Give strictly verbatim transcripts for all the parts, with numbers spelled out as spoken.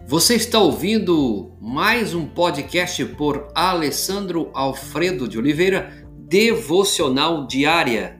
Você está ouvindo mais um podcast por Alessandro Alfredo de Oliveira, Devocional Diária.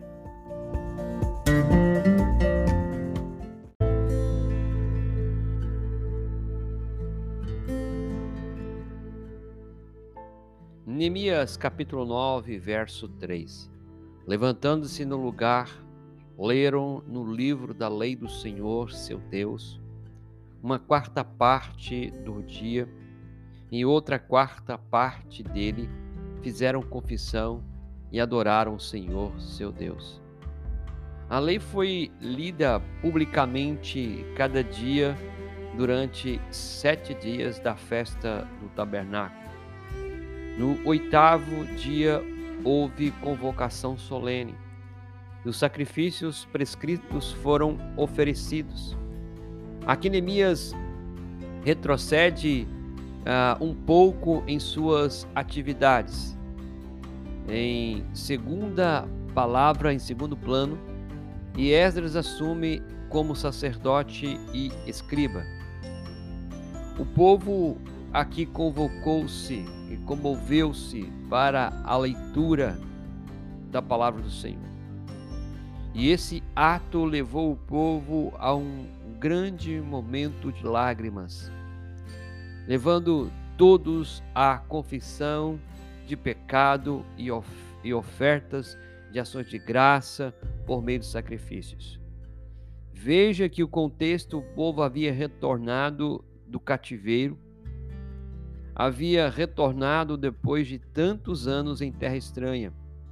Neemias capítulo nove, verso três. Levantando-se no lugar, leram no livro da lei do Senhor, seu Deus, uma quarta parte do dia, e outra quarta parte dele fizeram confissão e adoraram o Senhor, seu Deus. A lei foi lida publicamente cada dia durante sete dias da festa do tabernáculo. No oitavo dia houve convocação solene. Os sacrifícios prescritos foram oferecidos. Aqui Neemias retrocede uh, um pouco em suas atividades. Em segunda palavra, em segundo plano, e Esdras assume como sacerdote e escriba. O povo aqui convocou-se e comoveu-se para a leitura da palavra do Senhor. E esse ato levou o povo a um grande momento de lágrimas, levando todos à confissão de pecado e, of- e ofertas de ações de graça por meio de sacrifícios. Veja que o contexto: o povo havia retornado do cativeiro, havia retornado depois de tantos anos em terra estranha.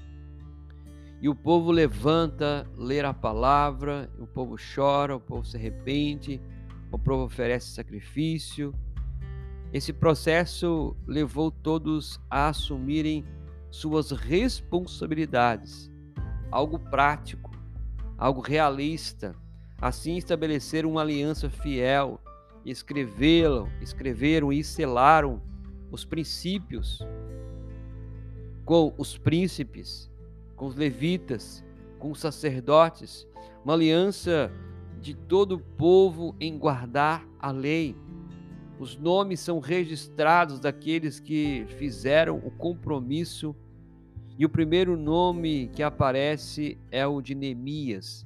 E o povo levanta, lê a palavra, o povo chora, o povo se arrepende, o povo oferece sacrifício. Esse processo levou todos a assumirem suas responsabilidades, algo prático, algo realista. Assim estabeleceram uma aliança fiel, e escreveram, escreveram e selaram os princípios com os príncipes, com os levitas, com os sacerdotes, uma aliança de todo o povo em guardar a lei. Os nomes são registrados daqueles que fizeram o compromisso, e o primeiro nome que aparece é o de Neemias.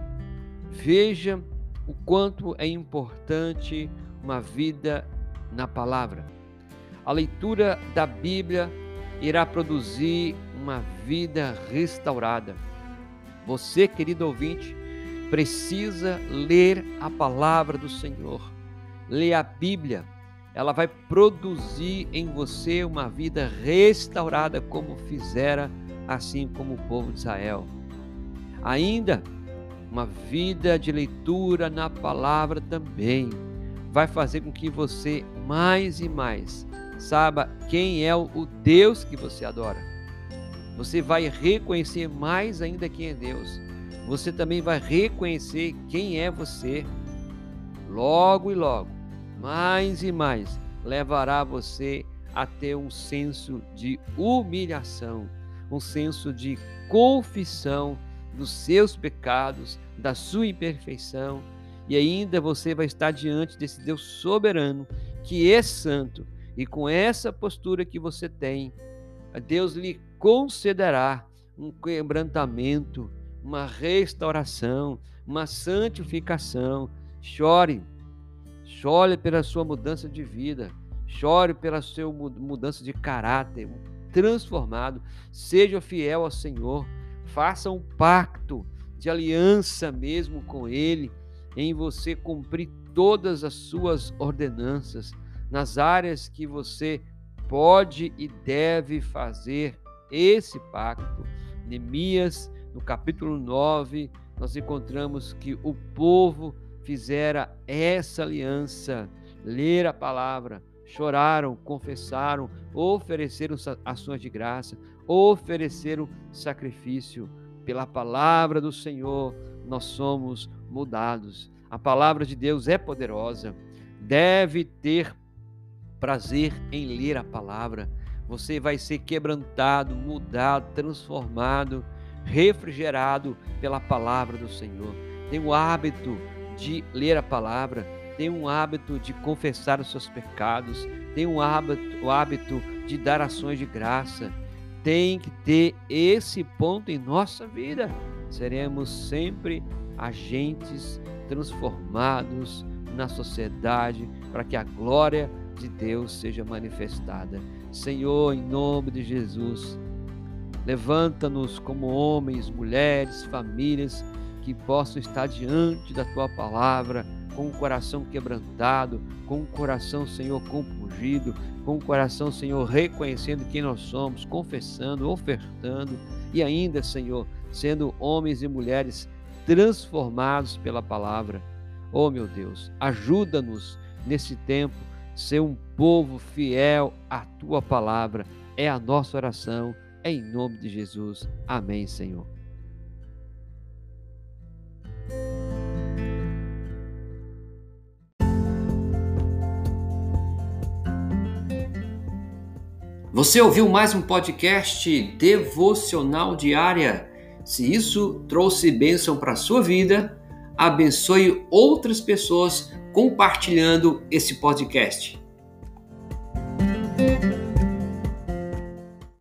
Veja o quanto é importante uma vida na palavra. A leitura da Bíblia irá produzir uma vida restaurada. Você, querido ouvinte, precisa ler a palavra do Senhor. Ler a Bíblia, ela vai produzir em você uma vida restaurada, como fizera assim como o povo de Israel. Ainda, uma vida de leitura na palavra também vai fazer com que você mais e mais saiba quem é o Deus que você adora. Você vai reconhecer mais ainda quem é Deus. Você também vai reconhecer quem é você. Logo e logo, mais e mais, levará você a ter um senso de humilhação, um senso de confissão dos seus pecados, da sua imperfeição, e ainda você vai estar diante desse Deus soberano, que é santo, e com essa postura que você tem, Deus lhe concederá um quebrantamento, uma restauração, uma santificação. Chore, chore pela sua mudança de vida, chore pela sua mudança de caráter, transformado. Seja fiel ao Senhor, faça um pacto de aliança mesmo com Ele, em você cumprir todas as suas ordenanças, nas áreas que você pode e deve fazer esse pacto. Neemias, no capítulo nove, nós encontramos que o povo fizera essa aliança, ler a palavra, choraram, confessaram, ofereceram ações de graça, ofereceram sacrifício. Pela palavra do Senhor nós somos mudados. A palavra de Deus é poderosa. Deve ter prazer em ler a palavra. Você vai ser quebrantado, mudado, transformado, refrigerado pela palavra do Senhor. Tenha o hábito de ler a palavra. tenha um hábito de confessar os seus pecados, tenha um hábito, o hábito de dar ações de graça. Tem que ter esse ponto em nossa vida. Seremos sempre agentes transformados na sociedade para que a glória de Deus seja manifestada. Senhor, em nome de Jesus, levanta-nos como homens, mulheres, famílias que possam estar diante da Tua palavra com o coração quebrantado, com o coração, Senhor, compungido, com o coração, Senhor, reconhecendo quem nós somos, confessando, ofertando e ainda, Senhor, sendo homens e mulheres transformados pela palavra. Oh, meu Deus, ajuda-nos nesse tempo ser um povo fiel à Tua palavra. É a nossa oração, é em nome de Jesus. Amém, Senhor. Você ouviu mais um podcast devocional diária? Se isso trouxe bênção para a sua vida, abençoe outras pessoas compartilhando esse podcast.